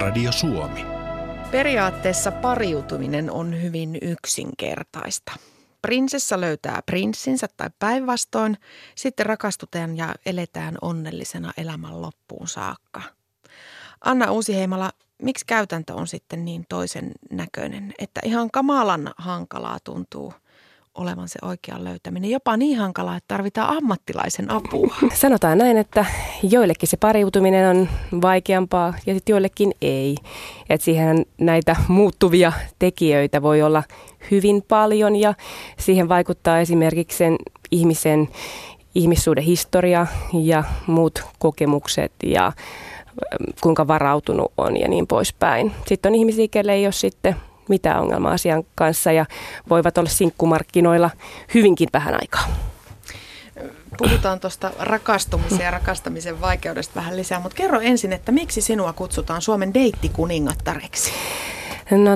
Yleisradio Suomi. Periaatteessa pariutuminen on hyvin yksinkertaista. Prinsessa löytää prinssinsä tai päinvastoin, sitten rakastutaan ja eletään onnellisena elämän loppuun saakka. Anna Uusiheimola, miksi käytäntö on sitten niin toisen näköinen, että ihan kamalan hankalaa tuntuu olevan se oikean löytäminen. Jopa niin hankalaa, että tarvitaan ammattilaisen apua. Sanotaan näin, että joillekin se pariutuminen on vaikeampaa ja sitten joillekin ei. Että siihen näitä muuttuvia tekijöitä voi olla hyvin paljon ja siihen vaikuttaa esimerkiksi sen ihmisen ihmissuuden historia ja muut kokemukset ja kuinka varautunut on ja niin poispäin. Sitten on ihmisiä, kelle ei ole sitten mitään ongelmaa asian kanssa ja voivat olla sinkkumarkkinoilla hyvinkin vähän aikaa. Puhutaan tuosta rakastumisen ja rakastamisen vaikeudesta vähän lisää, mutta kerro ensin, että miksi sinua kutsutaan Suomen deittikuningattareksi? No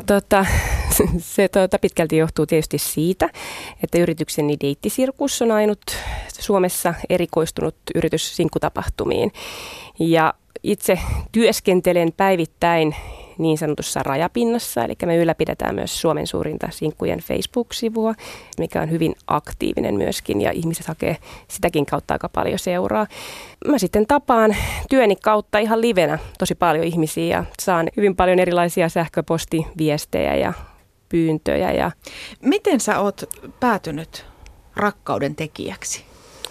se pitkälti johtuu tietysti siitä, että yritykseni Deittisirkus on ainut Suomessa erikoistunut yritys sinkkutapahtumiin. Ja itse työskentelen päivittäin niin sanotussa rajapinnassa, eli me ylläpidetään myös Suomen suurinta sinkkujen Facebook-sivua, mikä on hyvin aktiivinen myöskin ja ihmiset hakee sitäkin kautta aika paljon seuraa. Mä sitten tapaan työni kautta ihan livenä tosi paljon ihmisiä ja saan hyvin paljon erilaisia sähköpostiviestejä ja pyyntöjä. Miten sä oot päätynyt rakkauden tekijäksi?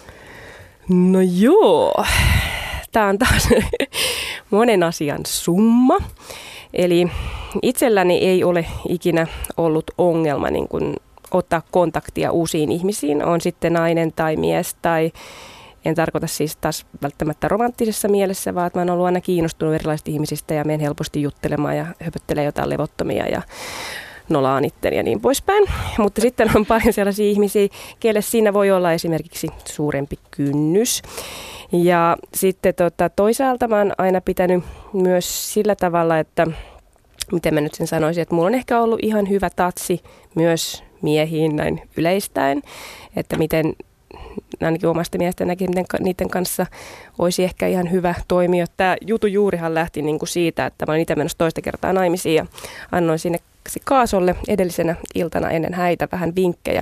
No joo, tää on taas monen asian summa. Eli itselläni ei ole ikinä ollut ongelma niin kuin ottaa kontaktia uusiin ihmisiin, on sitten nainen tai mies tai en tarkoita siis taas välttämättä romanttisessa mielessä, vaan että mä oon ollut aina kiinnostunut erilaisista ihmisistä ja menen helposti juttelemaan ja höpöttelen jotain levottomia ja nolaan itteni ja niin poispäin. Mutta sitten on paljon sellaisia ihmisiä, kelle siinä voi olla esimerkiksi suurempi kynnys. Ja sitten toisaalta mä oon aina pitänyt myös sillä tavalla, että miten mä nyt sen sanoisin, että mulla on ehkä ollut ihan hyvä tatsi myös miehiin näin yleistäen, että miten ainakin omasta mielestä näki, miten niiden kanssa olisi ehkä ihan hyvä toimia. Tämä jutun juurihan lähti niin kuin siitä, että mä olin itse menossa toista kertaa naimisiin ja annoin sinne Kaasolle edellisenä iltana ennen häitä vähän vinkkejä,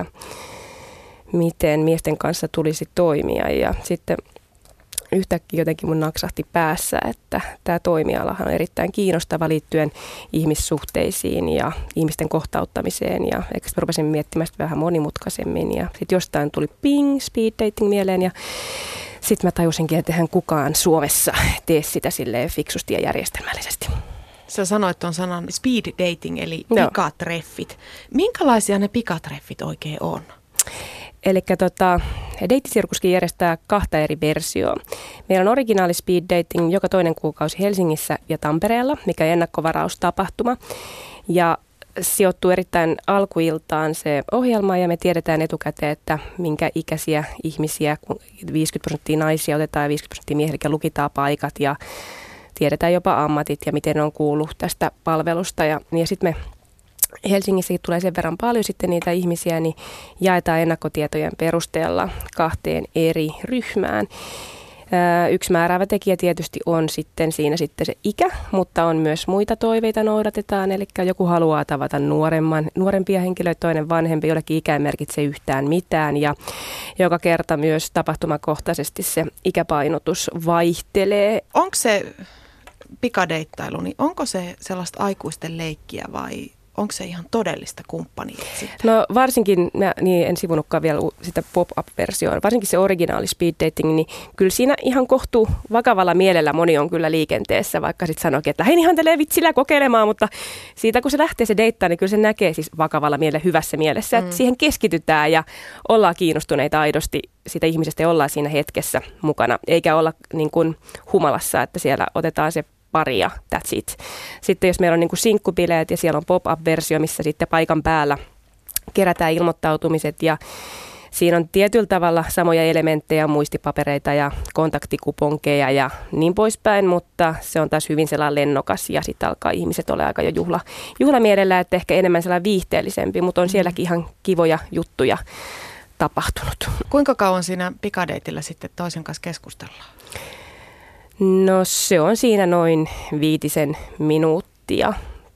miten miesten kanssa tulisi toimia ja sitten yhtäkkiä jotenkin mun naksahti päässä, että tämä toimialahan on erittäin kiinnostava liittyen ihmissuhteisiin ja ihmisten kohtauttamiseen. Ja ehkä sitten rupesin miettimään sitä vähän monimutkaisemmin ja sitten jostain tuli ping, speed dating mieleen ja sitten mä tajusinkin, että eihän kukaan Suomessa tee sitä silleen fiksusti ja järjestelmällisesti. Sä sanoit tuon sanan speed dating eli pikatreffit. Minkälaisia ne pikatreffit oikein on? Eli Deittisirkuskin järjestää 2 eri versioa. Meillä on originaali speed dating joka toinen kuukausi Helsingissä ja Tampereella, mikä on ennakkovaraustapahtuma. Ja sijoittuu erittäin alkuiltaan se ohjelma ja me tiedetään etukäteen, että minkä ikäisiä ihmisiä, 50% naisia otetaan ja 50% miehiä, eli lukitaan paikat ja tiedetään jopa ammatit ja miten on kuullut tästä palvelusta. Ja sitten me Helsingissäkin tulee sen verran paljon sitten niitä ihmisiä, niin jaetaan ennakkotietojen perusteella 2 eri ryhmään. Yksi määräävä tekijä tietysti on sitten siinä sitten se ikä, mutta on myös muita toiveita noudatetaan. Eli joku haluaa tavata nuorempia henkilöitä, toinen vanhempi, jollekin ikä ei merkitse yhtään mitään. Ja joka kerta myös tapahtumakohtaisesti se ikäpainotus vaihtelee. Onko se pikadeittailu, niin onko se sellaista aikuisten leikkiä vai onko se ihan todellista kumppania sitten? No varsinkin, en sivunutkaan vielä sitä pop-up-versioon, varsinkin se originaali speed dating, niin kyllä siinä ihan kohtuu vakavalla mielellä moni on kyllä liikenteessä, vaikka sitten sanoikin, että lähdin ihan tälleen vitsillä kokeilemaan, mutta siitä kun se lähtee se deittaa, niin kyllä se näkee siis vakavalla mielellä, hyvässä mielessä, että siihen keskitytään ja ollaan kiinnostuneita aidosti sitä ihmisestä ja ollaan siinä hetkessä mukana, eikä olla niin kuin humalassa, että siellä otetaan se pari ja that's it. Sitten jos meillä on niin kuin sinkkubileet ja siellä on pop-up-versio, missä sitten paikan päällä kerätään ilmoittautumiset ja siinä on tietyllä tavalla samoja elementtejä, muistipapereita ja kontaktikuponkeja ja niin poispäin, mutta se on taas hyvin sellainen lennokas ja sitten alkaa ihmiset olla aika jo juhlamielellä, että ehkä enemmän sellainen viihteellisempi, mutta on sielläkin ihan kivoja juttuja tapahtunut. Kuinka kauan siinä pikadeitillä sitten toisen kanssa keskustellaan? No se on siinä noin 5 minuuttia.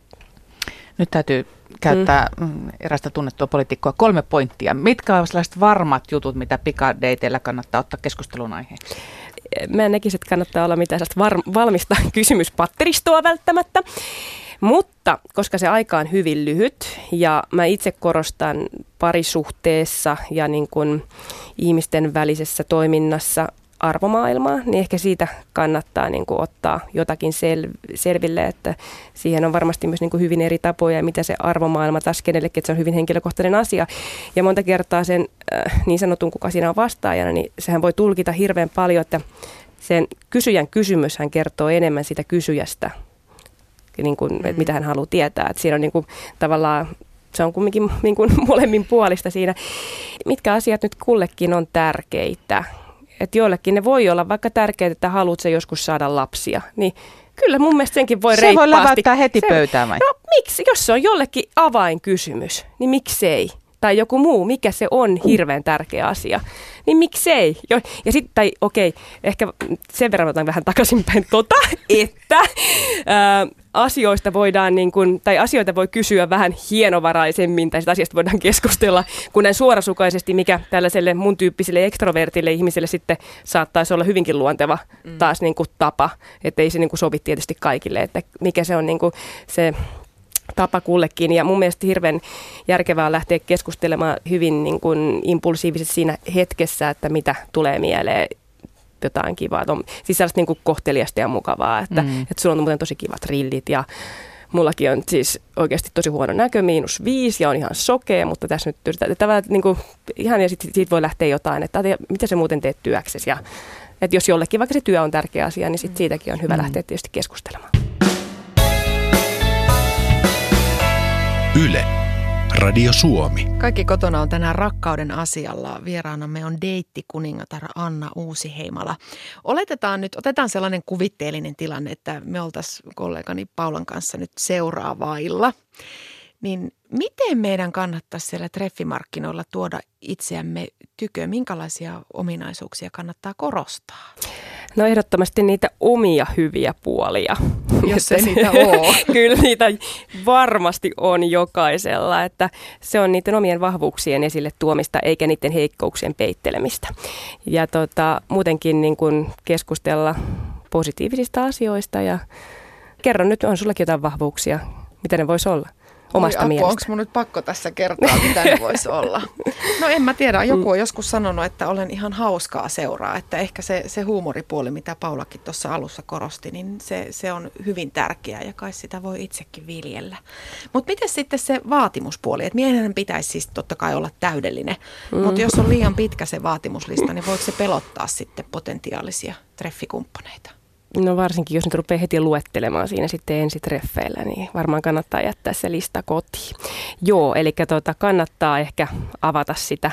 Nyt täytyy käyttää erästä tunnettua poliitikkoa 3 pointtia. Mitkä ovat sellaiset varmat jutut, mitä pikadeiteillä kannattaa ottaa keskustelun aiheeksi? Mä en näkisi, että kannattaa olla mitään sellaista valmista kysymyspatteristoa välttämättä. Mutta koska se aika on hyvin lyhyt ja mä itse korostan parisuhteessa ja niin kuin ihmisten välisessä toiminnassa arvomaailmaa, niin ehkä siitä kannattaa niin kuin ottaa jotakin selville, että siihen on varmasti myös niin kuin hyvin eri tapoja ja mitä se arvomaailma taas kenellekin, että se on hyvin henkilökohtainen asia. Ja monta kertaa sen niin sanotun, kuka siinä on vastaajana, niin sehän voi tulkita hirveän paljon, että sen kysyjän kysymys hän kertoo enemmän siitä kysyjästä, niin kuin, että mitä hän haluaa tietää. Että siinä on niin kuin, tavallaan, se on kumminkin niin kuin molemmin puolista siinä, mitkä asiat nyt kullekin on tärkeitä. Että joillekin ne voi olla vaikka tärkeää, että haluat se joskus saada lapsia, niin kyllä mun mielestä senkin voi reippaasti. Se voi läväyttää heti pöytään vai? No miksi? Jos se on jollekin avainkysymys, niin miksei? Tai joku muu, mikä se on hirveän tärkeä asia, niin miksei? Ja sitten, tai okei, ehkä sen verran otan vähän takaisinpäin että asioista voidaan niin kuin, tai asioita voi kysyä vähän hienovaraisemmin, tai sitä asiasta voidaan keskustella, kun näin suorasukaisesti, mikä tällaiselle mun tyyppiselle ekstrovertille ihmiselle sitten saattaisi olla hyvinkin luonteva taas niin kuin tapa, että ei se niin kuin sovi tietysti kaikille, että mikä se on niin kuin se tapa kullekin. Ja mun mielestä hirveän järkevää lähteä keskustelemaan hyvin niin kuin impulsiivisesti siinä hetkessä, että mitä tulee mieleen, jotain kivaa. Siis sellaista niin kuin kohteliasta ja mukavaa, että sulla on muuten tosi kivat rillit ja mullakin on siis oikeasti tosi huono näkö, -5 ja on ihan sokea, mutta tässä nyt yritetään niin kuin ihan ja siitä voi lähteä jotain, että mitä sä muuten teet työksesi ja että jos jollekin vaikka se työ on tärkeä asia, niin sit siitäkin on hyvä lähteä tietysti keskustelemaan. Yle, Radio Suomi. Kaikki kotona on tänään rakkauden asialla. Vieraanamme on deittikuningatar Anna Uusiheimala. Otetaan sellainen kuvitteellinen tilanne, että me oltaisiin kollegani Paulan kanssa nyt seuraavailla. Niin miten meidän kannattaisi siellä treffimarkkinoilla tuoda itseämme tyköön? Minkälaisia ominaisuuksia kannattaa korostaa? No ehdottomasti niitä omia hyviä puolia. Jos ei niitä ole. Kyllä niitä varmasti on jokaisella, että se on niiden omien vahvuuksien esille tuomista eikä niiden heikkouksien peittelemistä. Ja muutenkin niin kuin keskustella positiivisista asioista ja kerron nyt, on sullakin jotain vahvuuksia, mitä ne voisi olla? Omasta mielestä. Onko mun nyt pakko tässä kertoa, mitä ne voisi olla? No en mä tiedä. Joku on joskus sanonut, että olen ihan hauskaa seuraa. Että ehkä se huumoripuoli, mitä Paulakin tuossa alussa korosti, niin se on hyvin tärkeää ja kai sitä voi itsekin viljellä. Mutta miten sitten se vaatimuspuoli? Että miehenhän pitäisi siis totta kai olla täydellinen. Mutta jos on liian pitkä se vaatimuslista, niin voiko se pelottaa sitten potentiaalisia treffikumppaneita? No varsinkin, jos nyt rupeaa heti luettelemaan siinä sitten ensitreffeillä, niin varmaan kannattaa jättää se lista kotiin. Joo, eli kannattaa ehkä avata sitä,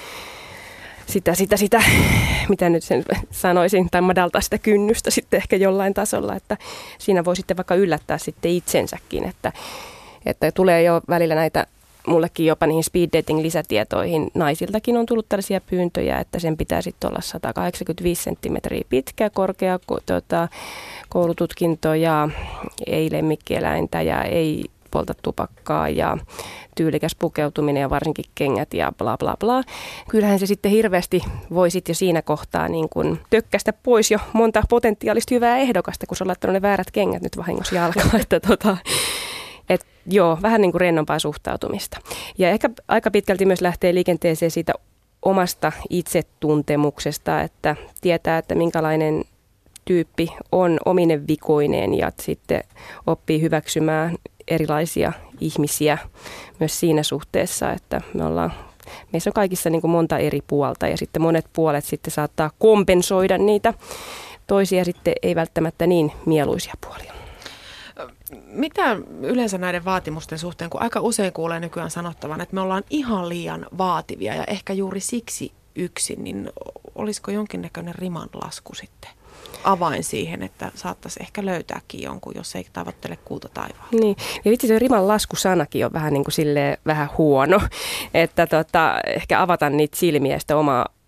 mitä nyt sen sanoisin, tai madaltaa sitä kynnystä sitten ehkä jollain tasolla, että siinä voi sitten vaikka yllättää sitten itsensäkin, että tulee jo välillä näitä, mullekin jopa niihin speed dating lisätietoihin naisiltakin on tullut tällaisia pyyntöjä, että sen pitää sitten olla 185 senttimetriä pitkä, korkea koulututkinto ja ei lemmikkieläintä ja ei polta tupakkaa ja tyylikäs pukeutuminen ja varsinkin kengät ja bla bla bla. Kyllähän se sitten hirveästi voi sitten jo siinä kohtaa niin kuin tökkästä pois jo monta potentiaalista hyvää ehdokasta, kun se on laittanut ne väärät kengät nyt vahingossa jalkaan, että joo, vähän niin kuin rennompaa suhtautumista. Ja ehkä aika pitkälti myös lähtee liikenteeseen siitä omasta itsetuntemuksesta, että tietää, että minkälainen tyyppi on omine vikoineen ja sitten oppii hyväksymään erilaisia ihmisiä myös siinä suhteessa, että meissä on kaikissa niin kuin monta eri puolta ja sitten monet puolet sitten saattaa kompensoida niitä toisia sitten ei välttämättä niin mieluisia puolia. Mitä yleensä näiden vaatimusten suhteen, kun aika usein kuulee nykyään sanottavan, että me ollaan ihan liian vaativia ja ehkä juuri siksi yksin, niin olisiko jonkinnäköinen rimanlasku sitten avain siihen, että saattaisi ehkä löytääkin jonkun, jos ei tavoittele kuuta taivaalla? Niin, ja vitsi se rimanlaskusanakin on vähän niin kuin silleen vähän huono, että ehkä avata niitä silmiä ja sitä omaa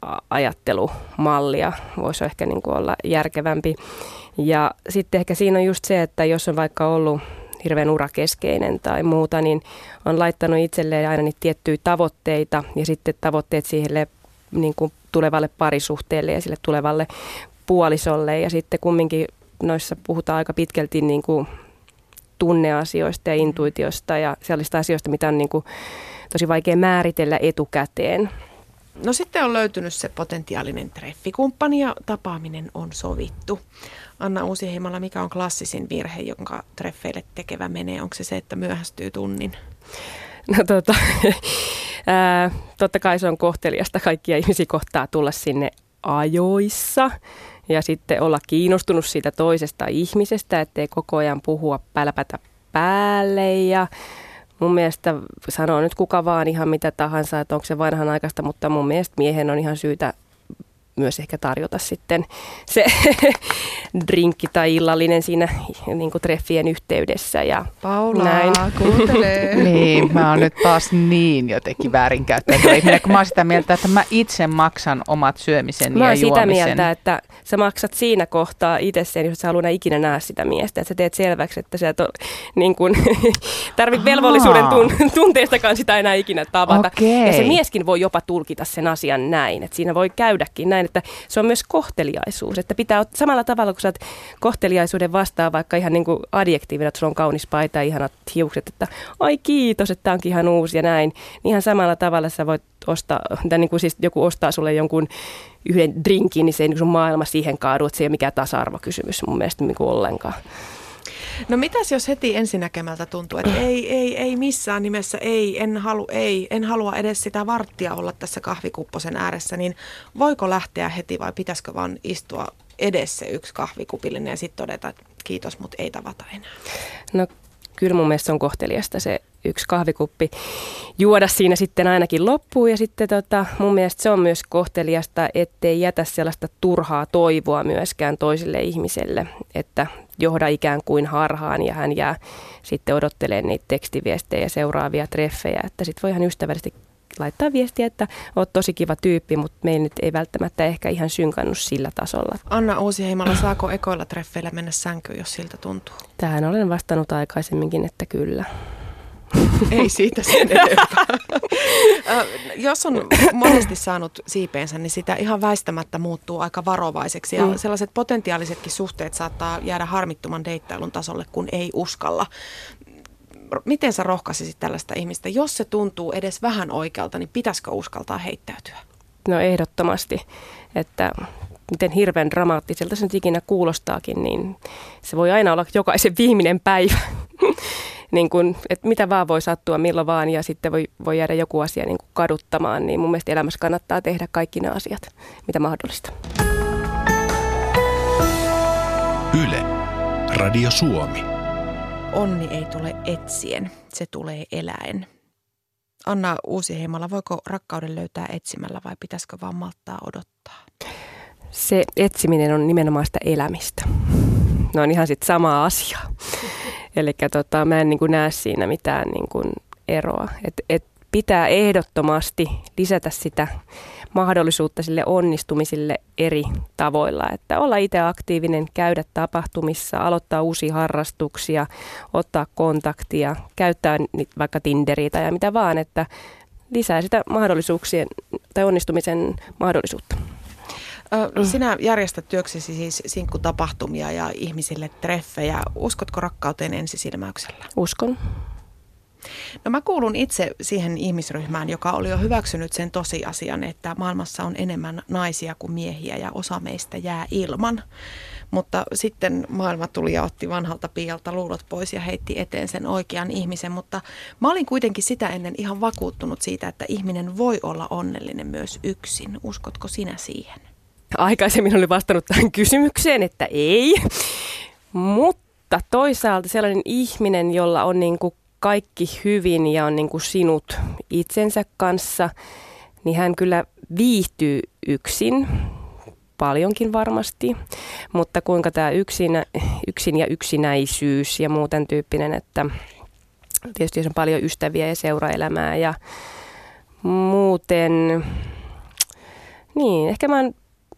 ajattelumallia voisi ehkä niin kuin olla järkevämpi. Ja sitten ehkä siinä on just se, että jos on vaikka ollut hirveän urakeskeinen tai muuta, niin on laittanut itselleen aina niitä tiettyjä tavoitteita ja sitten tavoitteet siihen niin kuin tulevalle parisuhteelle ja sille tulevalle puolisolle. Ja sitten kumminkin noissa puhutaan aika pitkälti niin kuin tunneasioista ja intuitiosta ja sellaisista asioista, mitä on niin kuin tosi vaikea määritellä etukäteen. No sitten on löytynyt se potentiaalinen treffikumppani ja tapaaminen on sovittu. Anna Uusiheimola, mikä on klassisin virhe, jonka treffeille tekevä menee? Onko se, että myöhästyy tunnin? No totta kai se on kohteliasta kaikkia ihmisiä kohtaa tulla sinne ajoissa ja sitten olla kiinnostunut siitä toisesta ihmisestä, ettei koko ajan puhua pälpätä päälle ja mun mielestä sanoo nyt kuka vaan ihan mitä tahansa, että onko se vanhanaikaista, mutta mun mielestä miehen on ihan syytä myös ehkä tarjota sitten se drinkki tai illallinen siinä niin kuin treffien yhteydessä. Ja Paula, näin. Kuuntelee. Niin, mä oon nyt taas niin jotenkin väärinkäyttäjä ihminen, kun mä oon sitä mieltä, että mä itse maksan omat syömisen mä ja oon sitä juomisen. mieltä, että sä maksat siinä kohtaa itse sen, jos sä haluat ikinä nähdä sitä miestä. Että sä teet selväksi, että sä et ole niin kuin tarvitse velvollisuuden tunteestakaan sitä enää ikinä tavata. Okei. Ja se mieskin voi jopa tulkita sen asian näin, että siinä voi käydäkin näin, että se on myös kohteliaisuus, että pitää samalla tavalla, kun sä oot kohteliaisuuden vastaan vaikka ihan niin kuin adjektiivina, että sulla on kaunis paita ja ihanat hiukset, että ai kiitos, että tää onkin ihan uusi ja näin. Niin ihan samalla tavalla sä voit ostaa, tai niin kuin siis joku ostaa sulle jonkun yhden drinkin, niin se ei niin sun maailma siihen kaadu, että se ei ole mikään tasa-arvokysymys mun mielestä niin kuin ollenkaan. No mitäs jos heti ensinäkemältä tuntuu, että ei missään nimessä, en halua edes sitä varttia olla tässä kahvikupposen ääressä, niin voiko lähteä heti vai pitäisikö vaan istua edes se yksi kahvikupillinen ja sitten todeta, että kiitos, mutta ei tavata enää? No kyllä mun mielestä se on kohteliasta se yksi kahvikuppi juoda siinä sitten ainakin loppuun ja sitten mun mielestä se on myös kohteliasta, ettei jätä sellaista turhaa toivoa myöskään toiselle ihmiselle, että johda ikään kuin harhaan ja hän jää sitten odottelemaan niitä tekstiviestejä ja seuraavia treffejä, että sitten voi ihan ystävällisesti laittaa viestiä, että oot tosi kiva tyyppi, mutta meillä nyt ei välttämättä ehkä ihan synkannut sillä tasolla. Anna Uusiheimola, saako ekoilla treffeillä mennä sänkyyn, jos siltä tuntuu? Tähän olen vastannut aikaisemminkin, että kyllä. Ei siitä sen enempää. Jos on monesti saanut siipeensä, niin sitä ihan väistämättä muuttuu aika varovaiseksi. Ja sellaiset potentiaalisetkin suhteet saattaa jäädä harmittoman deittailun tasolle, kun ei uskalla. Miten sä rohkaisisit tällaista ihmistä? Jos se tuntuu edes vähän oikealta, niin pitäisikö uskaltaa heittäytyä? No ehdottomasti, että miten hirveän dramaattiselta se nyt ikinä kuulostaakin, niin se voi aina olla jokaisen viimeinen päivä. Niin kun, että mitä vaan voi sattua milloin vaan ja sitten voi jäädä joku asia niin kuin kaduttamaan, niin mun mielestä elämässä kannattaa tehdä kaikki ne asiat, mitä mahdollista. Yle, Radio Suomi. Onni ei tule etsien, se tulee eläen. Anna Uusiheimola, voiko rakkauden löytää etsimällä vai pitäisikö vaan malttaa odottaa? Se etsiminen on nimenomaan sitä elämistä. Ne on ihan sitten sama asia. Eli mä en niin kuin näe siinä mitään niin kuin eroa. Et pitää ehdottomasti lisätä sitä mahdollisuutta sille onnistumisille eri tavoilla. Että olla itse aktiivinen, käydä tapahtumissa, aloittaa uusia harrastuksia, ottaa kontaktia, käyttää vaikka Tinderiä tai mitä vaan, että lisää sitä mahdollisuuksien tai onnistumisen mahdollisuutta. Sinä järjestät työksesi siis sinkkutapahtumia ja ihmisille treffejä. Uskotko rakkauteen ensisilmäyksellä? Uskon. No mä kuulun itse siihen ihmisryhmään, joka oli jo hyväksynyt sen tosiasian, että maailmassa on enemmän naisia kuin miehiä ja osa meistä jää ilman. Mutta sitten maailma tuli ja otti vanhalta piialta luulot pois ja heitti eteen sen oikean ihmisen. Mutta mä olin kuitenkin sitä ennen ihan vakuuttunut siitä, että ihminen voi olla onnellinen myös yksin. Uskotko sinä siihen? Aikaisemmin olin vastannut tähän kysymykseen, että ei. Mutta toisaalta sellainen ihminen, jolla on niin kuin kaikki hyvin ja on niin kuin sinut itsensä kanssa, niin hän kyllä viihtyy yksin, paljonkin varmasti. Mutta kuinka tämä yksin ja yksinäisyys ja muuten tyyppinen, että tietysti jos on paljon ystäviä ja seuraelämää ja muuten, Niin, ehkä mä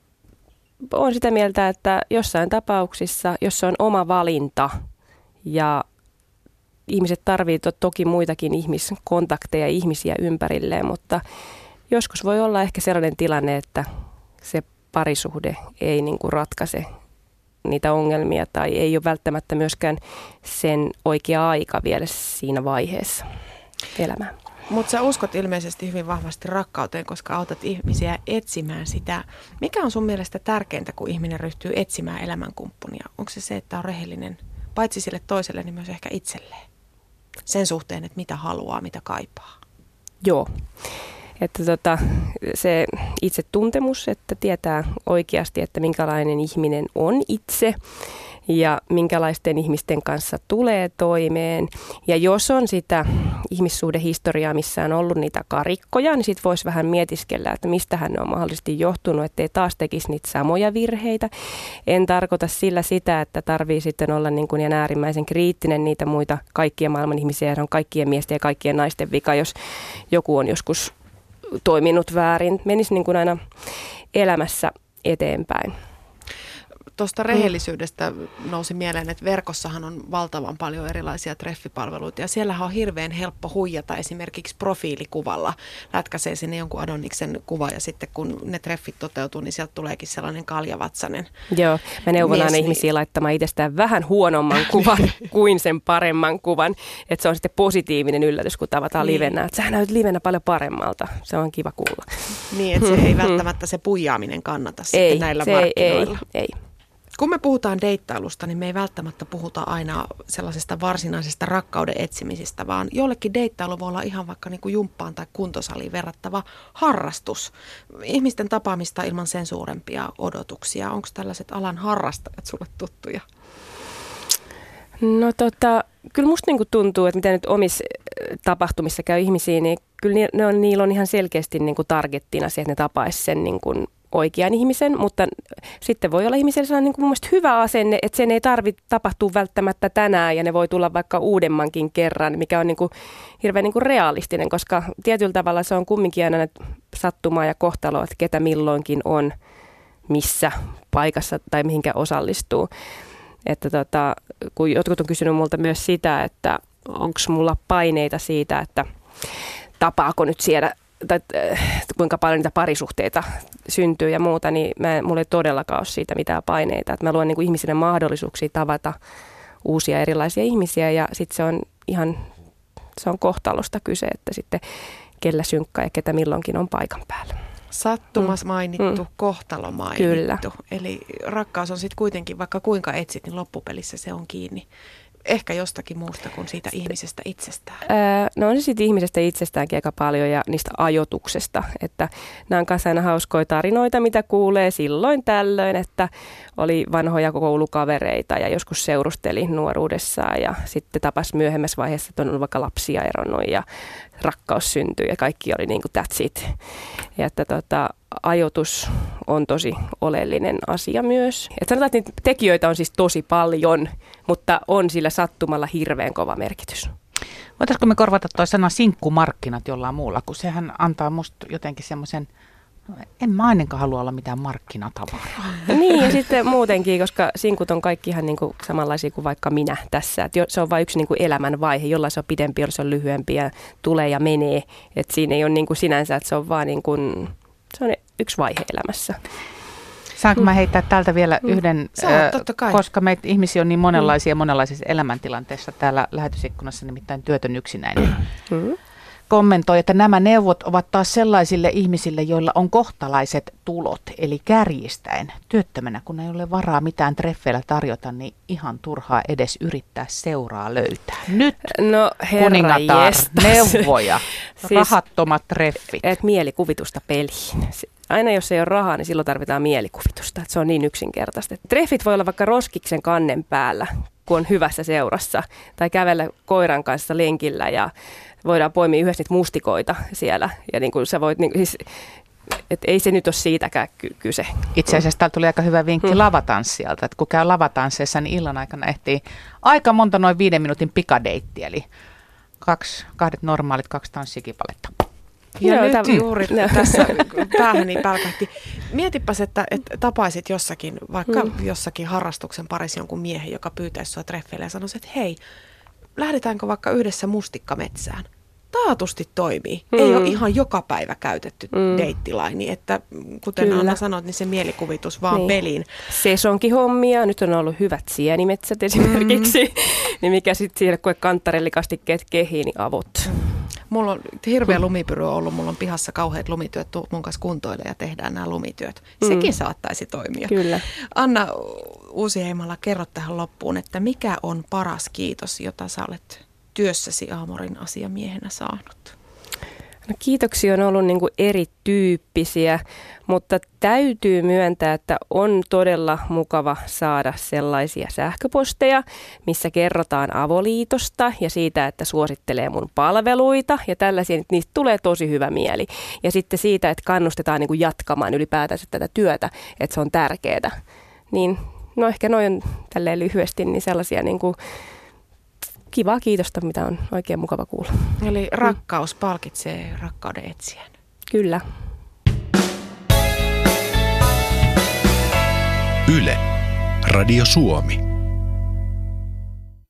oon sitä mieltä, että jossain tapauksissa, jos se on oma valinta ja ihmiset tarvitsevat toki muitakin ihmiskontakteja, ihmisiä ympärilleen, mutta joskus voi olla ehkä sellainen tilanne, että se parisuhde ei niin kuin ratkaise niitä ongelmia tai ei ole välttämättä myöskään sen oikea aika vielä siinä vaiheessa elämää. Mutta sä uskot ilmeisesti hyvin vahvasti rakkauteen, koska autat ihmisiä etsimään sitä. Mikä on sun mielestä tärkeintä, kun ihminen ryhtyy etsimään elämänkumppania? Onko se, että on rehellinen paitsi sille toiselle, niin myös ehkä itselleen? Sen suhteen, että mitä haluaa, mitä kaipaa. Joo. Että se itsetuntemus, että tietää oikeasti, että minkälainen ihminen on itse ja minkälaisten ihmisten kanssa tulee toimeen. Ja jos on sitä ihmissuhdehistoriaa, missä on ollut niitä karikkoja, niin sitten voisi vähän mietiskellä, että mistähän ne on mahdollisesti johtunut, ettei taas tekisi niitä samoja virheitä. En tarkoita sillä sitä, että tarvii sitten olla niin kuin äärimmäisen kriittinen niitä muita kaikkia maailman ihmisiä. Se on kaikkien miesten ja kaikkien naisten vika, jos joku on joskus toiminut väärin. Menisi niin kuin aina elämässä eteenpäin. Tuosta rehellisyydestä nousi mieleen, että verkossahan on valtavan paljon erilaisia treffipalveluita ja siellähän on hirveän helppo huijata esimerkiksi profiilikuvalla. Lätkäsee sinne jonkun Adoniksen kuva ja sitten kun ne treffit toteutuu, niin sieltä tuleekin sellainen kaljavatsainen. Joo, mä neuvon aina ihmisiä laittamaan itsestään vähän huonomman kuvan kuin sen paremman kuvan. Että se on sitten positiivinen yllätys, kun tavataan livenä. Että sähän näyt livenä paljon paremmalta. Se on kiva kuulla. Niin, että se ei välttämättä se puijaaminen kannata sitten näillä markkinoilla. Ei. Kun me puhutaan deittailusta, niin me ei välttämättä puhuta aina sellaisesta varsinaisesta rakkauden etsimisestä, vaan jollekin deittailu voi olla ihan vaikka niin kuin jumppaan tai kuntosaliin verrattava harrastus. Ihmisten tapaamista ilman sen suurempia odotuksia. Onko tällaiset alan harrastajat sulle tuttuja? No kyllä musta niinku tuntuu, että mitä nyt omissa tapahtumissa käy ihmisiin, niin kyllä niillä on ihan selkeästi niinku targettina se, että ne tapaisi sen niinku oikean ihmisen, mutta sitten voi olla ihmisellä sellainen niin kuin mun mielestä hyvä asenne, että sen ei tarvitse tapahtua välttämättä tänään ja ne voi tulla vaikka uudemmankin kerran, mikä on niin kuin hirveän niin kuin realistinen, koska tietyllä tavalla se on kumminkin aina sattumaa ja kohtaloa, että ketä milloinkin on, missä paikassa tai mihinkä osallistuu. Että kun jotkut on kysynyt multa myös sitä, että onko mulla paineita siitä, että tapaako nyt siellä tai kuinka paljon niitä parisuhteita syntyy ja muuta, niin mulla ei todellakaan ole siitä mitään paineita. Että mä luon niin kuin ihmisille mahdollisuuksia tavata uusia erilaisia ihmisiä ja sitten se on kohtalosta kyse, että sitten kellä synkkaa ja ketä milloinkin on paikan päällä. Sattumas mainittu, kohtalo mainittu. Kyllä. Eli rakkaus on sitten kuitenkin, vaikka kuinka etsit, niin loppupelissä se on kiinni. Ehkä jostakin muusta kuin siitä ihmisestä itsestään. No on se siitä ihmisestä itsestäänkin aika paljon ja niistä ajotuksesta. Että nämä on kanssa aina hauskoja tarinoita, mitä kuulee silloin tällöin, että oli vanhoja koulukavereita ja joskus seurusteli nuoruudessaan ja sitten tapas myöhemmässä vaiheessa, että on ollut vaikka lapsia eronnut ja rakkaus syntyi ja kaikki oli niin kuin that's it. Ja että ajoitus on tosi oleellinen asia myös. Et sanotaan, että niitä tekijöitä on siis tosi paljon, mutta on sillä sattumalla hirveän kova merkitys. Voitaisiko me korvata tuo sana sinkkumarkkinat jollain muulla, kun sehän antaa musta jotenkin semmoisen, en mä ainakaan halua olla mitään markkinatavaraa. Niin ja sitten muutenkin, koska sinkut on kaikki ihan niin kuin samanlaisia kuin vaikka minä tässä. Et se on vain yksi niin kuin elämän vaihe, jolla se on pidempi, jolla se on lyhyempi ja tulee ja menee. Et siinä ei ole niin kuin sinänsä, että se on vaan niin kuin, se on yksi vaihe elämässä. Saanko mä heittää täältä vielä yhden, koska meitä ihmisiä on niin monenlaisia monenlaisissa elämäntilanteissa täällä lähetysikkunassa, nimittäin työtön yksinäinen. Kommentoi, että nämä neuvot ovat taas sellaisille ihmisille, joilla on kohtalaiset tulot, eli kärjistäen. Työttömänä, kun ei ole varaa mitään treffeillä tarjota, niin ihan turhaa edes yrittää seuraa löytää. Nyt kuningatar, neuvoja, siis, rahattomat treffit. Et mielikuvitusta peliin. Aina jos ei ole rahaa, niin silloin tarvitaan mielikuvitusta. Se on niin yksinkertaista. Treffit voi olla vaikka roskiksen kannen päällä, kun on hyvässä seurassa. Tai kävellä koiran kanssa lenkillä ja voidaan poimia yhdessä niitä mustikoita siellä. Ja niin kuin sä voit, niin, siis, et ei se nyt ole siitäkään kyse. Itse asiassa täällä tuli aika hyvä vinkki lavatanssijalta. Että kun käy lavatansseissa, niin illan aikana ehtii aika monta noin 5 minuutin pikadeittiä. Eli kahdet normaalit, 2 tanssikipaletta. Ja nyt juuri tässä päähäni pälkähti. Mietipäs, että tapaisit jossakin, vaikka jossakin harrastuksen parissa jonkun miehen, joka pyytäisi sua treffeille ja sanoisi, että hei, lähdetäänkö vaikka yhdessä mustikkametsään? Taatusti toimii. Ei ole ihan joka päivä käytetty deittilaini, että kuten Anna sanot, niin se mielikuvitus vaan peliin. Sesonkihommia, nyt on ollut hyvät sienimetsät esimerkiksi, niin mikä sitten siinä, kun kanttarellikastikkeet kehii, niin avot. Mulla on hirveä lumipyry ollut, mulla on pihassa kauheat lumityöt, mun kanssa kuntoille ja tehdään nämä lumityöt. Sekin saattaisi toimia. Kyllä. Anna Uusiheimala, kerro tähän loppuun, että mikä on paras kiitos, jota sä olet työssäsi Aamorin asiamiehenä saanut? No, kiitoksia on ollut niin kuin erityyppisiä, mutta täytyy myöntää, että on todella mukava saada sellaisia sähköposteja, missä kerrotaan avoliitosta ja siitä, että suosittelee mun palveluita ja tällaisia, että niistä tulee tosi hyvä mieli. Ja sitten siitä, että kannustetaan niin kuin jatkamaan ylipäätänsä tätä työtä, että se on tärkeää. Niin, no ehkä noin tälleen lyhyesti niin sellaisia niin kuin kivaa kiitosta, mitä on oikein mukava kuulla. Eli rakkaus palkitsee rakkauden etsijän. Kyllä. Yle, Radio Suomi.